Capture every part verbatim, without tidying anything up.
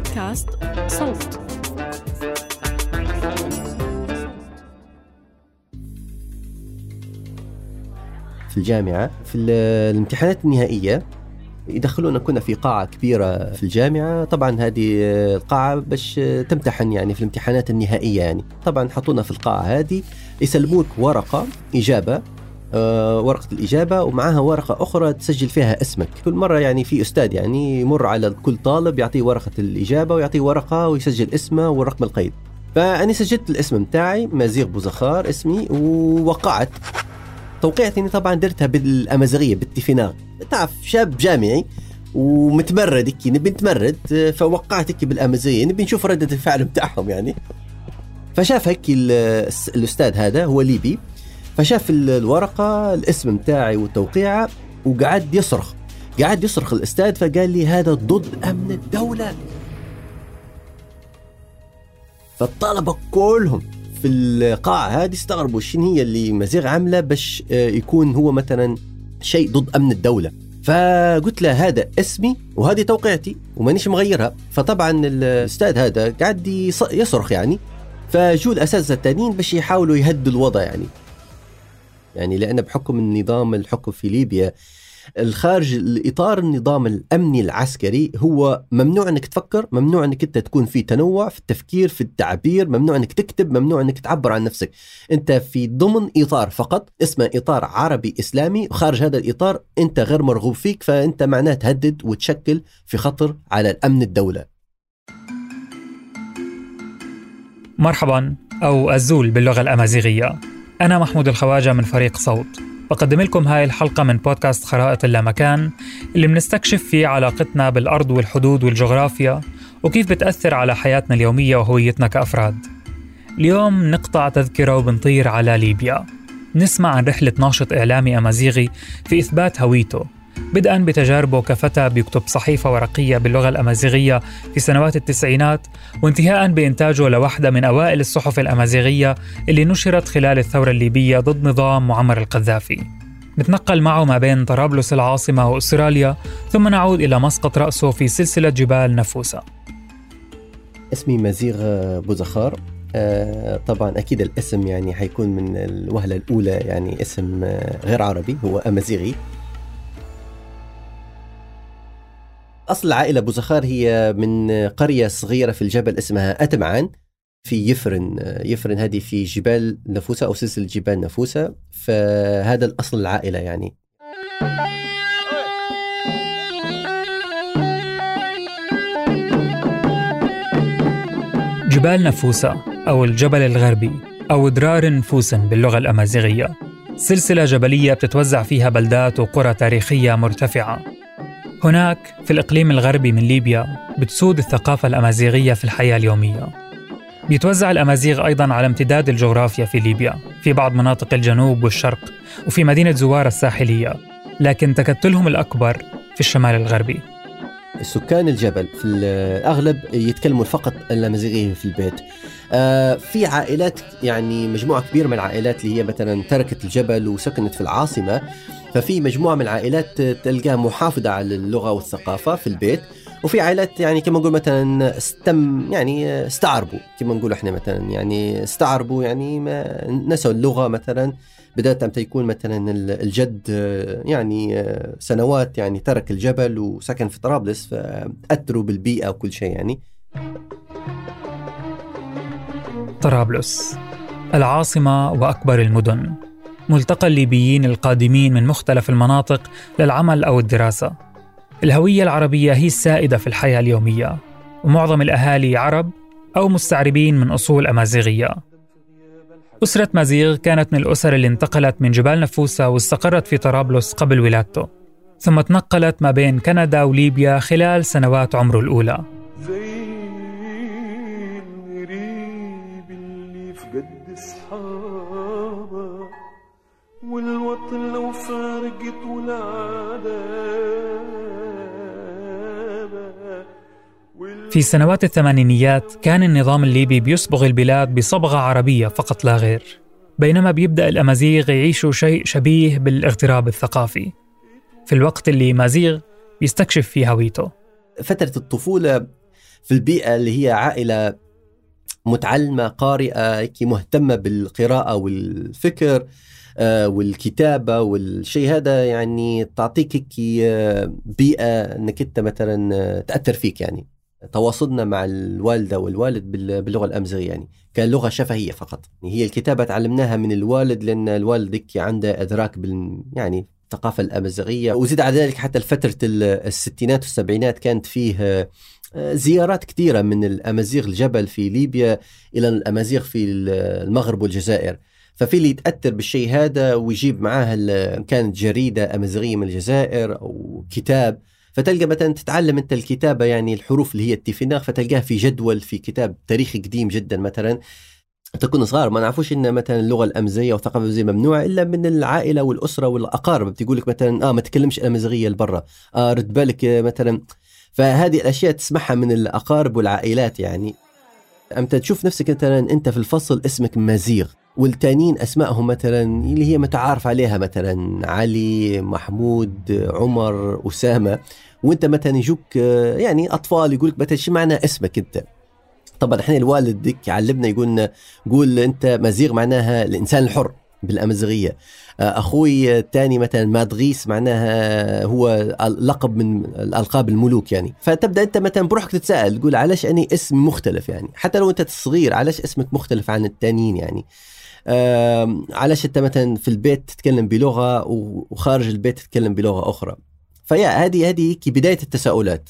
بودكاست صوت. في الجامعة في الامتحانات النهائية يدخلونا، كنا في قاعة كبيرة في الجامعة. طبعا هذه القاعة باش تمتحن يعني في الامتحانات النهائية، يعني طبعا حطونا في القاعة هذه، يسلموك ورقة إجابة، آه ورقة الإجابة ومعها ورقة أخرى تسجل فيها اسمك. كل مرة يعني في أستاذ يعني يمر على كل طالب يعطيه ورقة الإجابة ويعطيه ورقة ويسجل اسمه والرقم القيد. فأنا سجلت الاسم متاعي مازيغ بوزخار اسمي، ووقعت توقيعتني طبعا درتها بالأمازيغية بالتفناغ. تعرف شاب جامعي ومتمرد كي نبي نتمرد، فوقعت بالأمازيغية نبي نشوف ردة الفعل بتاعهم يعني. فشاف هيك الأستاذ هذا هو ليبي، فشاف الورقة الاسم متاعي والتوقيعة وقعد يصرخ قاعد يصرخ الأستاذ، فقال لي هذا ضد أمن الدولة. فالطلبة كلهم في القاعة هذه استغربوا شنو هي اللي مازيغ عاملة باش يكون هو مثلا شيء ضد أمن الدولة. فقلت له هذا اسمي وهذه توقيعتي ومانيش مغيرها. فطبعا الأستاذ هذا قاعد يصرخ يعني. فجوا الأساتذة التانيين باش يحاولوا يهدوا الوضع يعني يعني لأن بحكم النظام الحكم في ليبيا الخارج الإطار النظام الأمني العسكري، هو ممنوع أنك تفكر، ممنوع أنك أنت تكون في تنوع في التفكير في التعبير، ممنوع أنك تكتب، ممنوع أنك تعبر عن نفسك. أنت في ضمن إطار فقط اسمه إطار عربي إسلامي، وخارج هذا الإطار أنت غير مرغوب فيك، فأنت معناه تهدد وتشكل في خطر على الأمن الدولة. مرحبا أو أزول باللغة الأمازيغية. أنا محمود الخواجة من فريق صوت، بقدم لكم هاي الحلقة من بودكاست خرائط اللامكان اللي بنستكشف فيه علاقتنا بالأرض والحدود والجغرافيا وكيف بتأثر على حياتنا اليومية وهويتنا كأفراد. اليوم نقطع تذكرة وبنطير على ليبيا، نسمع عن رحلة ناشط إعلامي أمازيغي في إثبات هويته، بدءاً بتجاربه كفتى بيكتب صحيفة ورقية باللغة الأمازيغية في سنوات التسعينات، وانتهاءً بإنتاجه لوحدة من أوائل الصحف الأمازيغية اللي نشرت خلال الثورة الليبية ضد نظام معمر القذافي. نتنقل معه ما بين طرابلس العاصمة وأستراليا، ثم نعود إلى مسقط رأسه في سلسلة جبال نفوسة. اسمي مازيغ بوزخار. آه طبعا أكيد الاسم يعني حيكون من الوهلة الأولى يعني اسم غير عربي، هو أمازيغي. أصل العائلة بوزخار هي من قرية صغيرة في الجبل اسمها أتمعان في يفرن. يفرن هذه في جبال نفوسة أو سلسلة جبال نفوسة، فهذا الأصل العائلة يعني. جبال نفوسة أو الجبل الغربي أو درار نفوسن باللغة الأمازيغية، سلسلة جبلية بتتوزع فيها بلدات وقرى تاريخية مرتفعة. هناك في الإقليم الغربي من ليبيا بتسود الثقافة الأمازيغية في الحياة اليومية. بيتوزع الأمازيغ أيضاً على امتداد الجغرافيا في ليبيا، في بعض مناطق الجنوب والشرق وفي مدينة زوار الساحلية، لكن تكتلهم الأكبر في الشمال الغربي. السكان الجبل في الأغلب يتكلموا فقط الأمازيغية في البيت. آه في عائلات يعني مجموعة كبيرة من العائلات اللي هي مثلا تركت الجبل وسكنت في العاصمة، ففي مجموعة من العائلات تلقاها محافظة على اللغة والثقافة في البيت، وفي عائلات يعني كما نقول مثلا استم يعني استعربوا، كما نقول احنا مثلا يعني استعربوا يعني ما نسوا اللغة مثلا، بدأت أن يكون مثلا الجد يعني سنوات يعني ترك الجبل وسكن في طرابلس، فأثروا بالبيئة وكل شيء يعني. طرابلس العاصمة وأكبر المدن، ملتقى الليبيين القادمين من مختلف المناطق للعمل أو الدراسة. الهوية العربية هي السائدة في الحياة اليومية، ومعظم الأهالي عرب أو مستعربين من أصول أمازيغية. أسرة مازيغ كانت من الأسر اللي انتقلت من جبال نفوسة واستقرت في طرابلس قبل ولادته، ثم تنقلت ما بين كندا وليبيا خلال سنوات عمره الأولى. والوطن لو فارقت في سنوات الثمانينيات كان النظام الليبي بيصبغ البلاد بصبغة عربية فقط لا غير، بينما بيبدأ الأمازيغ يعيشوا شيء شبيه بالاغتراب الثقافي في الوقت اللي مازيغ يستكشف فيه هويته. فترة الطفولة في البيئة اللي هي عائلة متعلمة قارئة كي مهتمة بالقراءة والفكر آه والكتابة والشيء هذا، يعني تعطيك كي آه بيئة أنك أنت مثلا آه تأثر فيك. يعني تواصلنا مع الوالدة والوالد باللغة الأمازيغية، يعني كان لغة شفهية فقط. هي الكتابة تعلمناها من الوالد لأن الوالد عنده إدراك بال يعني الثقافة الأمازيغية. وزيد على ذلك حتى الفترة الستينات والسبعينات كانت فيه زيارات كثيرة من الأمازيغ الجبل في ليبيا إلى الأمازيغ في المغرب والجزائر، ففي اللي يتأثر بالشيء هذا ويجيب معاه كانت جريدة أمازيغية من الجزائر أو كتاب، فتلقى مثلا تتعلم أنت الكتابة يعني الحروف اللي هي التيفيناغ فتلقاها في جدول في كتاب تاريخي قديم جدا. مثلا تكون صغار ما نعرفوش إن مثلا اللغة الأمازيغية والثقافة الأمازيغية ممنوعة إلا من العائلة والأسرة والأقارب، بتقول لك مثلا آه ما تكلمش الأمازيغية لبرا، آه رد بالك مثلا. فهذه الأشياء تسمعها من الأقارب والعائلات. يعني أمتى تشوف نفسك مثلا أنت في الفصل اسمك مازيغ والتانيين أسمائهم مثلا اللي هي متعارف عليها، مثلا علي، محمود، عمر، أسامة، وانت مثلا يجوك يعني أطفال يقولك مثلا شو معنى اسمك أنت. طبعا احنا الوالد ديك علمنا يقولنا قول أنت مازيغ معناها الإنسان الحر بالأمازيغية. أخوي الثاني مثلا مادغيس معناها هو لقب من الألقاب الملوك يعني. فتبدأ أنت مثلا بروحك تتساءل تقول علاش أني اسم مختلف، يعني حتى لو أنت صغير علاش اسمك مختلف عن التانيين. يعني آه علاش أنت مثلا في البيت تتكلم بلغة وخارج البيت تتكلم بلغة أخرى. فيا هذه هذه بداية التساؤلات.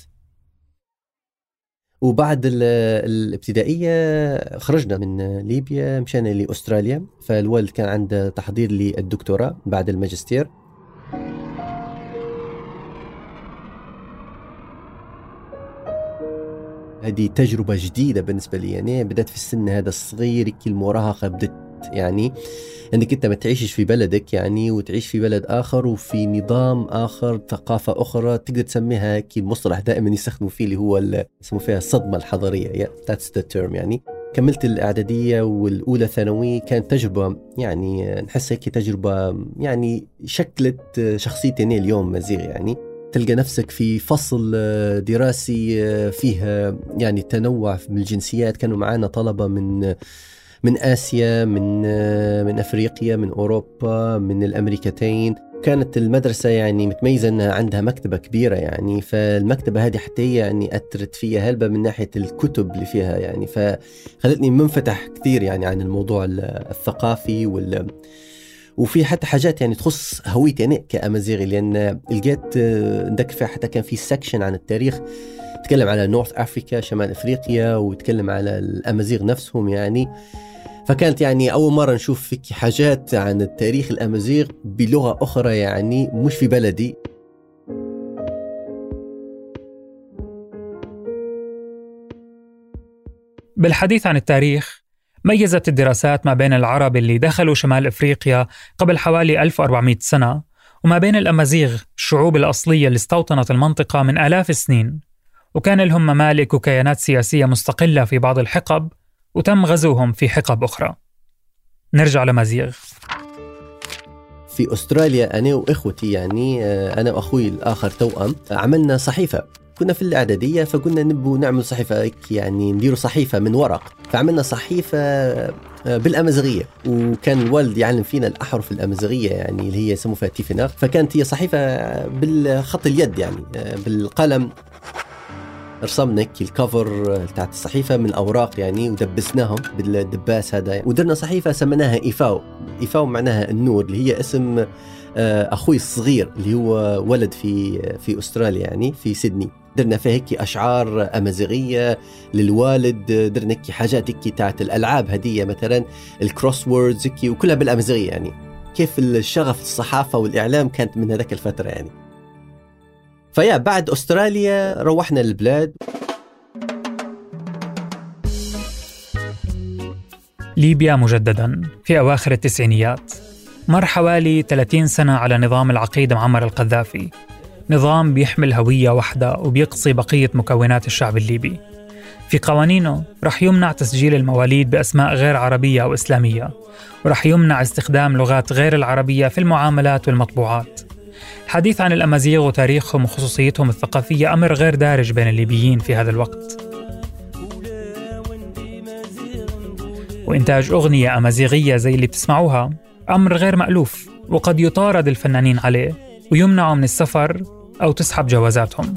وبعد الابتدائية خرجنا من ليبيا مشينا لأستراليا، فالوالد كان عنده تحضير للدكتوراه بعد الماجستير. هذه تجربة جديدة بالنسبة لي، يعني بدأت في السن هذا الصغير كي المراهقة بدأت يعني انك انت ما تعيشش في بلدك يعني وتعيش في بلد اخر وفي نظام اخر ثقافة اخرى، تقدر تسميها كي المصطلح دائما يستخدموا فيه اللي هو اسمه فيها الصدمة الحضارية. yeah, that's the term. يعني كملت الإعدادية والأولى ثانوي، كانت تجربة يعني نحس هيك تجربة يعني شكلت شخصيتي أنا اليوم مازيغ. يعني تلقى نفسك في فصل دراسي فيه يعني تنوع من الجنسيات، كانوا معانا طلبة من من آسيا، من من أفريقيا، من أوروبا، من الأمريكتين. كانت المدرسة يعني متميزة أنها عندها مكتبة كبيرة يعني، فالمكتبة هذه حتى يعني أثرت فيها هلبة من ناحية الكتب اللي فيها يعني، فخلتني منفتح كثير يعني عن الموضوع الثقافي وال وفي حتى حاجات يعني تخص هويتي يعني كأمازيغي، لأن لقيت نذكر فيها حتى كان في سكشن عن التاريخ تكلم على نورث أفريقيا شمال أفريقيا وتكلم على الأمازيغ نفسهم يعني. فكانت يعني أول مرة نشوف فيك حاجات عن التاريخ الأمازيغ بلغة أخرى يعني مش في بلدي. بالحديث عن التاريخ، ميزت الدراسات ما بين العرب اللي دخلوا شمال أفريقيا قبل حوالي ألف وأربعمائة سنة وما بين الأمازيغ الشعوب الأصلية اللي استوطنت المنطقة من آلاف السنين، وكان لهم ممالك وكيانات سياسية مستقلة في بعض الحقب وتم غزوهم في حقب أخرى. نرجع لمازيغ. في أستراليا أنا وإخوتي يعني أنا وأخوي الآخر توأم عملنا صحيفة، كنا في الإعدادية فقلنا نبو نعمل صحيفة يعني نديروا صحيفة من ورق، فعملنا صحيفة بالأمازيغية، وكان الوالد يعلم فينا الأحرف الأمازيغية يعني اللي هي يسموها تيفيناغ. فكانت هي صحيفة بالخط اليد يعني بالقلم، رسمنا الكفر بتاعت الصحيفة من الأوراق يعني ودبسناهم بالدباس هذا، ودرنا صحيفة سميناها إيفاو. إيفاو معناها النور، اللي هي اسم أخوي الصغير اللي هو ولد في في أستراليا يعني في سيدني. درنا فيها هيك أشعار أمازيغية للوالد، درنا هيك حاجات هيك تاعت الألعاب هدية مثلا الكروس ووردز هيك وكلها بالأمازيغية يعني. كيف الشغف الصحافة والإعلام كانت من هذاك الفترة يعني. فيا بعد أستراليا روحنا للبلاد. ليبيا مجددا في أواخر التسعينيات، مر حوالي ثلاثين سنة على نظام العقيد معمر القذافي، نظام بيحمل هوية واحدة وبيقصي بقية مكونات الشعب الليبي. في قوانينه رح يمنع تسجيل المواليد بأسماء غير عربية أو إسلامية، ورح يمنع استخدام لغات غير العربية في المعاملات والمطبوعات. الحديث عن الأمازيغ وتاريخهم وخصوصيتهم الثقافية أمر غير دارج بين الليبيين في هذا الوقت. وإنتاج أغنية أمازيغية زي اللي بتسمعوها أمر غير مألوف، وقد يطارد الفنانين عليه ويمنعوا من السفر أو تسحب جوازاتهم.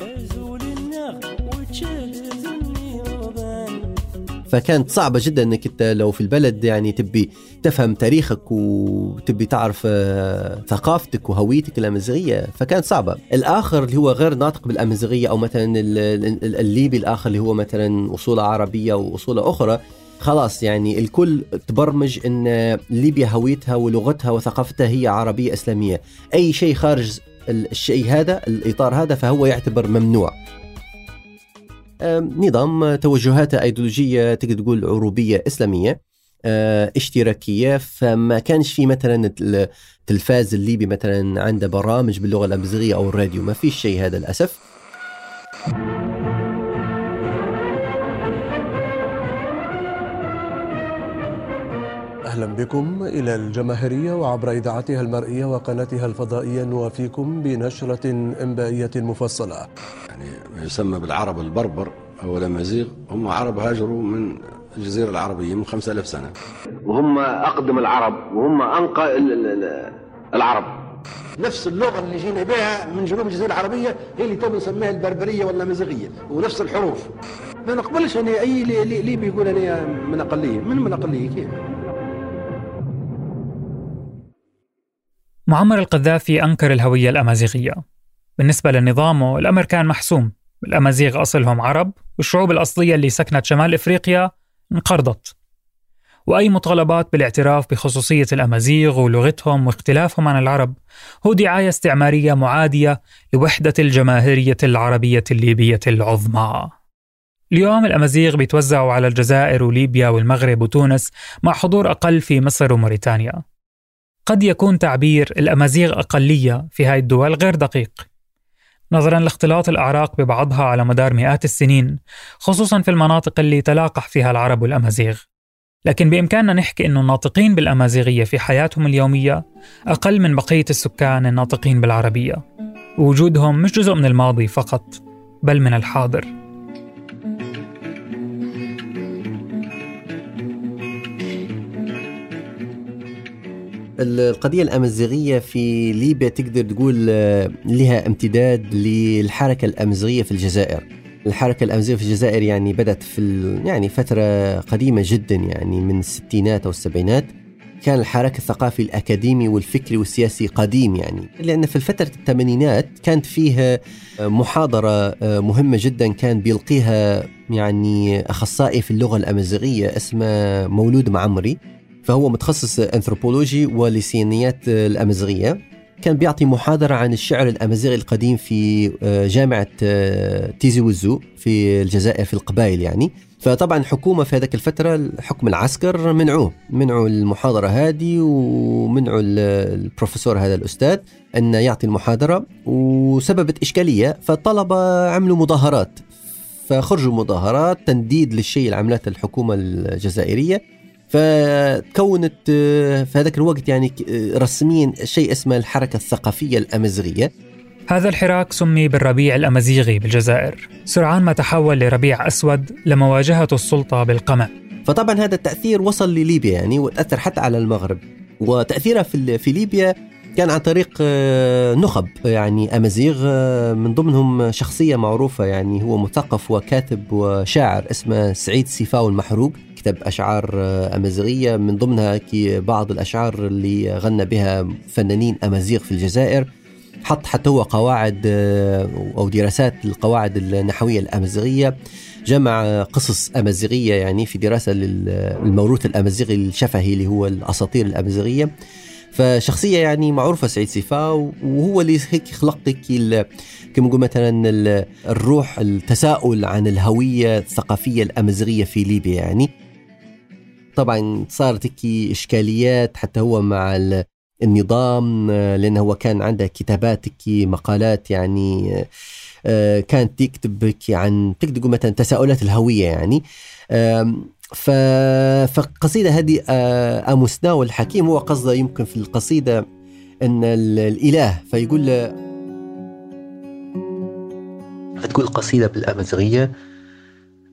فكانت صعبة جدا أنك أنت لو في البلد يعني تبي تفهم تاريخك وتبي تعرف ثقافتك وهويتك الأمازيغية، فكانت صعبة. الآخر اللي هو غير ناطق بالأمازيغية أو مثلا الليبي الآخر اللي هو مثلا أصولة عربية وأصولة أخرى، خلاص يعني الكل تبرمج أن ليبيا هويتها ولغتها وثقافتها هي عربية إسلامية. أي شيء خارج الشيء هذا الإطار هذا فهو يعتبر ممنوع. نظام توجهات أيديولوجية تقدر تقول عروبية إسلامية اشتراكية، فما كانش في مثلا التلفاز الليبي مثلا عنده برامج باللغة الأمازيغية أو الراديو، ما فيش شيء هذا للأسف. أهلا بكم إلى الجماهيرية وعبر إذاعتها المرئية وقناتها الفضائية، نوافيكم بنشرة إنبائية مفصلة. يعني يسمى بالعرب البربر أو الأمازيغ، هم عرب هاجروا من الجزيرة العربية من خمسة ألاف سنة، وهم أقدم العرب وهم أنقى العرب. نفس اللغة اللي جينا بها من جنوب الجزيرة العربية هي اللي تو نسميها البربرية والأمازيغية، ونفس الحروف. ما نقبلش أنا أي لي, لي بيقول أنا من أقلية. من من أقلية كيف؟ معمر القذافي أنكر الهوية الأمازيغية. بالنسبة لنظامه الأمر كان محسوم، الأمازيغ أصلهم عرب، والشعوب الأصلية اللي سكنت شمال إفريقيا انقرضت، وأي مطالبات بالاعتراف بخصوصية الأمازيغ ولغتهم واختلافهم عن العرب هو دعاية استعمارية معادية لوحدة الجماهيرية العربية الليبية العظمى. اليوم الأمازيغ بيتوزعوا على الجزائر وليبيا والمغرب وتونس، مع حضور أقل في مصر وموريتانيا. قد يكون تعبير الأمازيغ أقلية في هاي الدول غير دقيق، نظراً لاختلاط الأعراق ببعضها على مدار مئات السنين، خصوصاً في المناطق اللي تلاقح فيها العرب والأمازيغ. لكن بإمكاننا نحكي إنه الناطقين بالأمازيغية في حياتهم اليومية أقل من بقية السكان الناطقين بالعربية، ووجودهم مش جزء من الماضي فقط بل من الحاضر. القضية الأمازيغية في ليبيا تقدر تقول لها امتداد للحركة الأمازيغية في الجزائر. الحركة الأمازيغية في الجزائر يعني بدأت في يعني فترة قديمة جدا، يعني من الستينات أو السبعينات. كان الحراك الثقافي الأكاديمي والفكري والسياسي قديم، يعني لأن في الفترة الثمانينات كانت فيه محاضرة مهمة جدا كان بيلقيها يعني أخصائي في اللغة الأمازيغية اسمه مولود معمري، فهو متخصص أنثروبولوجي ولسانيات الأمازيغية. كان بيعطي محاضرة عن الشعر الأمازيغي القديم في جامعة تيزي وزو في الجزائر في القبائل يعني. فطبعا الحكومة في هذاك الفترة حكم العسكر منعوه منعوا المحاضرة هذه ومنعوا البروفيسور هذا الأستاذ أن يعطي المحاضرة، وسببت إشكالية فالطلبة عملوا مظاهرات، فخرجوا مظاهرات تنديد للشيء اللي عملته الحكومة الجزائرية. فتكونت في هذاك الوقت يعني رسميا شيء اسمه الحركة الثقافية الأمازيغية. هذا الحراك سمي بالربيع الأمازيغي بالجزائر، سرعان ما تحول لربيع أسود لمواجهة السلطة بالقمع. فطبعا هذا التأثير وصل لليبيا يعني، وتأثر حتى على المغرب. وتأثيرها في في ليبيا كان عن طريق نخب يعني أمازيغ، من ضمنهم شخصية معروفة يعني هو مثقف وكاتب وشاعر اسمه سعيد سيفاو المحروق، كتب أشعار أمازيغية، من ضمنها بعض الأشعار اللي غنى بها فنانين أمازيغ في الجزائر. حط حتى هو قواعد أو دراسات للقواعد النحوية الأمازيغية، جمع قصص أمازيغية يعني في دراسة للموروث الأمازيغي الشفهي اللي هو الأساطير الأمازيغية. فشخصية يعني معروفة سعيد سيفاو، وهو اللي هيك خلق هيك كما نقول مثلا الروح التساؤل عن الهوية الثقافية الأمازيغية في ليبيا يعني. طبعا صارت هيك إشكاليات حتى هو مع النظام، لأنه هو كان عنده كتابات هيك مقالات يعني كانت تكتب عن تكتب مثلا تساؤلات الهوية يعني. فالقصيدة هذه أموسناو الحكيم هو قصده يمكن في القصيدة أن الإله، فيقول تقول القصيدة بالأمازيغية: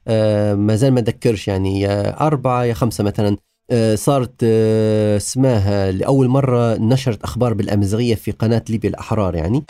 آه ما زال ما ذكرش يعني يا أربعة يا خمسة مثلا. آه صارت آه اسمها لأول مرة نشرت أخبار بالأمازيغية في قناة ليبيا الأحرار يعني.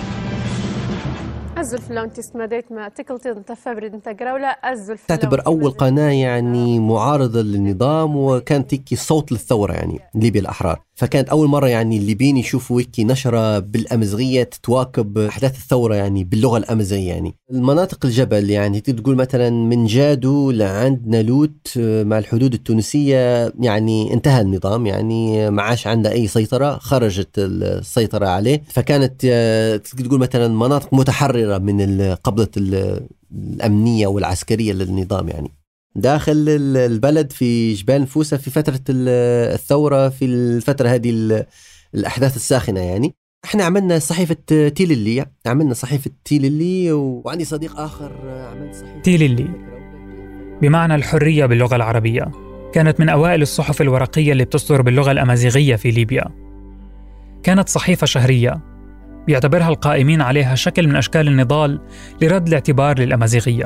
أزل فلان تسمديت ما تكلتي انت فبرد انت قراولا أزل فلان تعتبر أول قناة يعني معارضة للنظام، وكانت هيك صوت للثورة يعني ليبيا الأحرار. فكانت أول مرة يعني الليبيين يشوفوا هيك نشرة بالأمازيغية تتواكب أحداث الثورة يعني باللغة الأمازيغية يعني. المناطق الجبل يعني تقول مثلا من جادو لعند نالوت مع الحدود التونسية يعني انتهى النظام يعني ما عاش عنده أي سيطرة، خرجت السيطرة عليه. فكانت تقول مثلا مناطق متحررة من قبضة الأمنية والعسكرية للنظام يعني داخل البلد في جبال نفوسة في فترة الثورة، في الفترة هذه الأحداث الساخنة يعني. احنا عملنا صحيفة تيليلي، عملنا صحيفة تيليلي، وعندي صديق آخر عمل صحيفة تيليلي بمعنى الحرية باللغة العربية. كانت من أوائل الصحف الورقية اللي بتصدر باللغة الأمازيغية في ليبيا. كانت صحيفة شهرية بيعتبرها القائمين عليها شكل من أشكال النضال لرد الاعتبار للأمازيغية.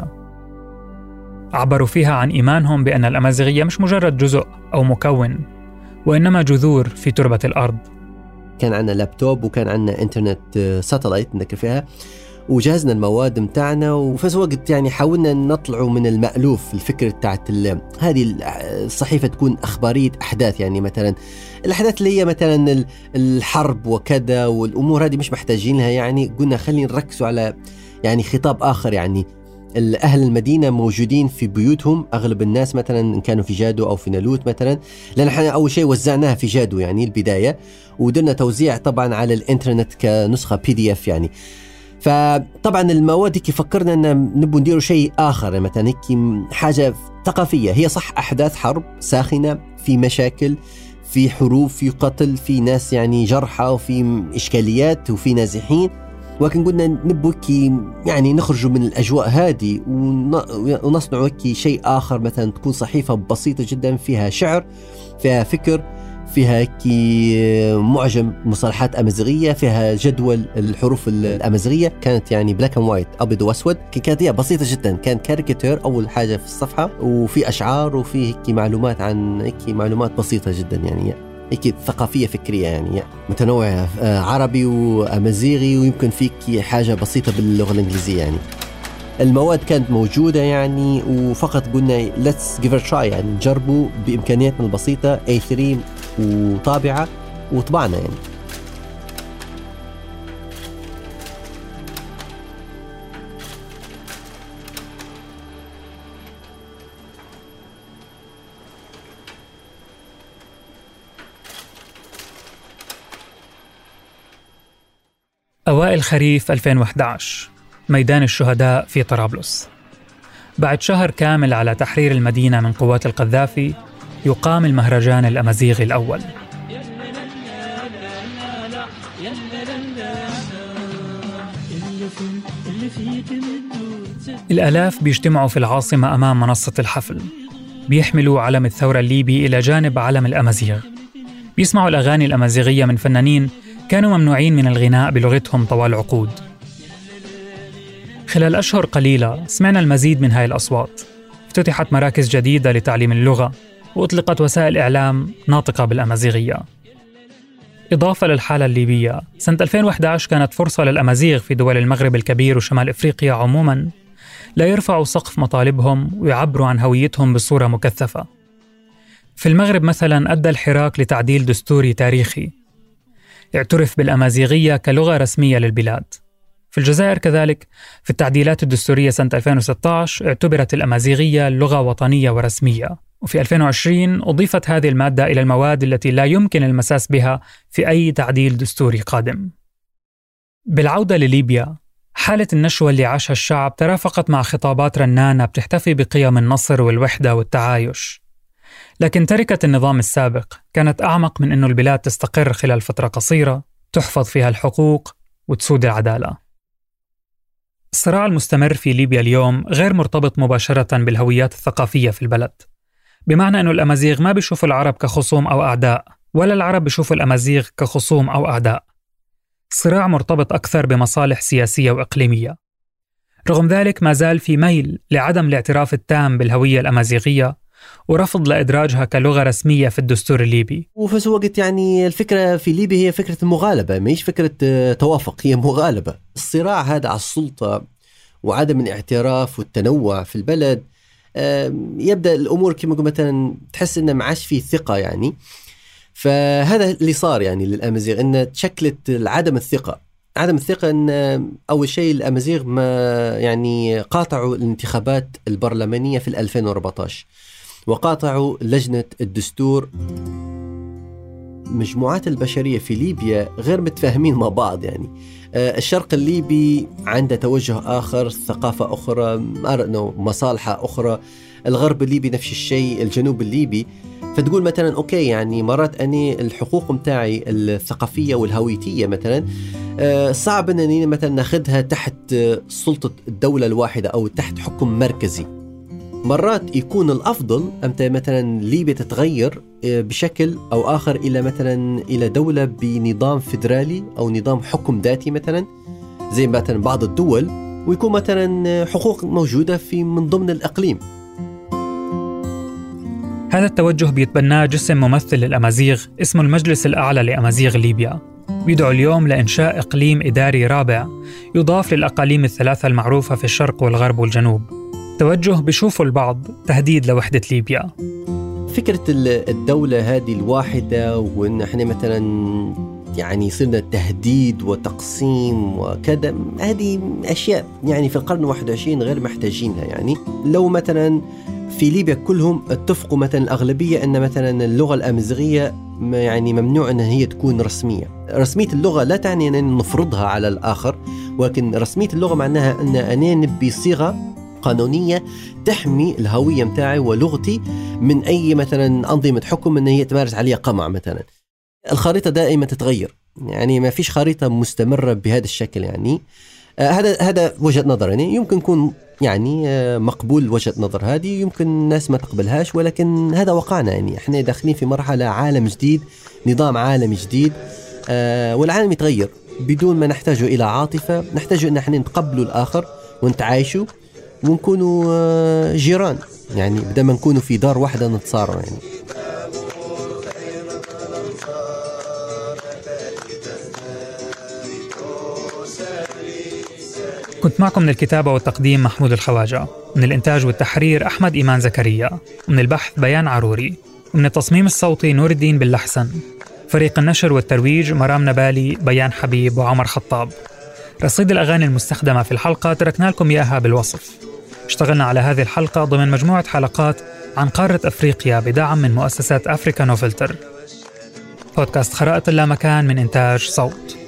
عبروا فيها عن إيمانهم بأن الأمازيغية مش مجرد جزء أو مكون، وإنما جذور في تربة الأرض. كان عندنا لابتوب وكان عندنا إنترنت ساتلايت نذكر فيها، وجهزنا المواد متاعنا، وفي نفس الوقت يعني حاولنا نطلعوا من المألوف الفكرة بتاعت هذه الصحيفة تكون أخبارية أحداث يعني مثلا الأحداث اللي هي مثلا الحرب وكذا والأمور هذه مش محتاجين لها يعني. قلنا خلينا نركزوا على يعني خطاب آخر يعني. الأهل المدينة موجودين في بيوتهم أغلب الناس مثلا إن كانوا في جادو أو في نالوت مثلا، لأن احنا أول شيء وزعناها في جادو يعني البداية، ودرنا توزيع طبعا على الإنترنت كنسخة بي دي اف يعني. فطبعا المواد كي فكرنا أن نبو نديروا شيء آخر مثلا حاجة ثقافية. هي صح أحداث حرب ساخنة، في مشاكل، في حروب، في قتل، في ناس يعني جرحى، وفي إشكاليات، وفي نازحين، ولكن قلنا نبو كي يعني نخرجوا من الأجواء هذه ونصنعوا كي شيء آخر. مثلا تكون صحيفة بسيطة جدا فيها شعر، فيها فكر، فيها كي معجم مصطلحات أمازيغية، فيها جدول الحروف الأمازيغية. كانت يعني بلاك اند وايت أبيض وأسود، كانت هي بسيطة جدا. كان كاريكاتير أول حاجة في الصفحة، وفي أشعار، وفي كي معلومات عن كي معلومات بسيطة جدا يعني هيك ثقافية فكرية يعني متنوعة، عربي وأمازيغي، ويمكن فيك حاجة بسيطة باللغة الإنجليزية يعني. المواد كانت موجودة يعني، وفقط قلنا let's give it a try يعني نجربوا بإمكانياتنا البسيطة. إيه ثري وطابعة وطبعنا يعني. أوائل خريف ألفين وإحدى عشر، ميدان الشهداء في طرابلس. بعد شهر كامل على تحرير المدينة من قوات القذافي، يقام المهرجان الأمازيغي الأول. الآلاف بيجتمعوا في العاصمة أمام منصة الحفل، بيحملوا علم الثورة الليبي إلى جانب علم الأمازيغ، بيسمعوا الأغاني الأمازيغية من فنانين كانوا ممنوعين من الغناء بلغتهم طوال عقود. خلال أشهر قليلة سمعنا المزيد من هاي الأصوات. افتتحت مراكز جديدة لتعليم اللغة، وأطلقت وسائل إعلام ناطقة بالأمازيغية. إضافة للحالة الليبية، سنة ألفين وإحدى عشر كانت فرصة للأمازيغ في دول المغرب الكبير وشمال إفريقيا عموماً لا يرفعوا سقف مطالبهم ويعبروا عن هويتهم بصورة مكثفة. في المغرب مثلاً أدى الحراك لتعديل دستوري تاريخي اعترف بالأمازيغية كلغة رسمية للبلاد. في الجزائر كذلك، في التعديلات الدستورية سنة ألفين وستة عشر اعتبرت الأمازيغية لغة وطنية ورسمية، وفي ألفين وعشرين أضيفت هذه المادة إلى المواد التي لا يمكن المساس بها في أي تعديل دستوري قادم. بالعودة لليبيا، حالة النشوة اللي عاشها الشعب ترافقت مع خطابات رنانة بتحتفي بقيم النصر والوحدة والتعايش. لكن تركة النظام السابق كانت أعمق من أنه البلاد تستقر خلال فترة قصيرة تحفظ فيها الحقوق وتسود العدالة. الصراع المستمر في ليبيا اليوم غير مرتبط مباشرة بالهويات الثقافية في البلد، بمعنى أنه الأمازيغ ما بيشوفوا العرب كخصوم أو أعداء، ولا العرب بيشوفوا الأمازيغ كخصوم أو أعداء. صراع مرتبط أكثر بمصالح سياسية وإقليمية. رغم ذلك ما زال في ميل لعدم الاعتراف التام بالهوية الأمازيغية ورفض لإدراجها كلغة رسمية في الدستور الليبي. وفي نفس الوقت يعني الفكرة في ليبيا هي فكرة المغالبة، مش فكرة توافق، هي مغالبة. الصراع هذا على السلطة وعدم الاعتراف والتنوع في البلد يبدأ الأمور كما مثلا تحس إنه ما عادش فيه ثقة يعني. فهذا اللي صار يعني للأمازيغ، إن تشكلت عدم الثقة. عدم الثقة إن أول شيء الأمازيغ ما يعني قاطعوا الانتخابات البرلمانية في ألفين وأربعة عشر وقاطعوا لجنة الدستور. مجموعات البشرية في ليبيا غير متفاهمين مع بعض يعني. الشرق الليبي عنده توجه آخر، ثقافة أخرى، مصالحة أخرى. الغرب الليبي نفس الشيء، الجنوب الليبي. فتقول مثلا أوكي يعني مرات أني الحقوق متاعي الثقافية والهويتية مثلا صعب أنني مثلا ناخدها تحت سلطة الدولة الواحدة أو تحت حكم مركزي. مرات يكون الأفضل أنت مثلا ليبيا تتغير بشكل أو آخر إلى مثلا إلى دولة بنظام فيدرالي أو نظام حكم ذاتي مثلا زي مثلا بعض الدول، ويكون مثلا حقوق موجودة في من ضمن الإقليم. هذا التوجه بيتبناه جسم ممثل للأمازيغ اسمه المجلس الأعلى لأمازيغ ليبيا، بيدعو اليوم لإنشاء إقليم إداري رابع يضاف للأقاليم الثلاثة المعروفة في الشرق والغرب والجنوب. توجه بيشوفوا البعض تهديد لوحدة ليبيا. فكرة الدولة هذه الواحدة وإن احنا مثلا يعني صرنا تهديد وتقسيم وكذا، هذه أشياء يعني في القرن الواحد والعشرين غير محتاجينها. يعني لو مثلا في ليبيا كلهم اتفقوا مثلا الأغلبية أن مثلا اللغة الأمازيغية يعني ممنوع أن هي تكون رسمية. رسمية اللغة لا تعني أن نفرضها على الآخر، ولكن رسمية اللغة معناها أن أنا نبي صيغة قانونية تحمي الهوية متاعي ولغتي من أي مثلا أنظمة حكم أن هي تمارس عليها قمع مثلا. الخريطة دائما تتغير، يعني ما فيش خريطة مستمرة بهذا الشكل يعني. آه هذا هذا وجهة نظر يعني يمكن يكون يعني آه مقبول وجهة نظر هذه، يمكن الناس ما تقبلهاش، ولكن هذا وقعنا يعني. احنا داخلين في مرحلة عالم جديد، نظام عالم جديد، آه والعالم يتغير بدون ما نحتاج إلى عاطفة. نحتاج أن احنا نتقبلوا الآخر ونتعايشوا ونكونوا جيران يعني، بدل ما نكونوا في دار واحدة نتصارعوا يعني. كنت معكم من الكتابة والتقديم محمود الخواجة، من الإنتاج والتحرير أحمد إيمان زكريا، ومن البحث بيان عروري، ومن التصميم الصوتي نور الدين باللحسن. فريق النشر والترويج مرام نبالي، بيان حبيب، وعمر خطاب. رصيد الأغاني المستخدمة في الحلقة تركنا لكم إياها بالوصف. اشتغلنا على هذه الحلقة ضمن مجموعة حلقات عن قارة أفريقيا بدعم من مؤسسة أفريكا نوفلتر. بودكاست خرائط اللامكان من إنتاج صوت.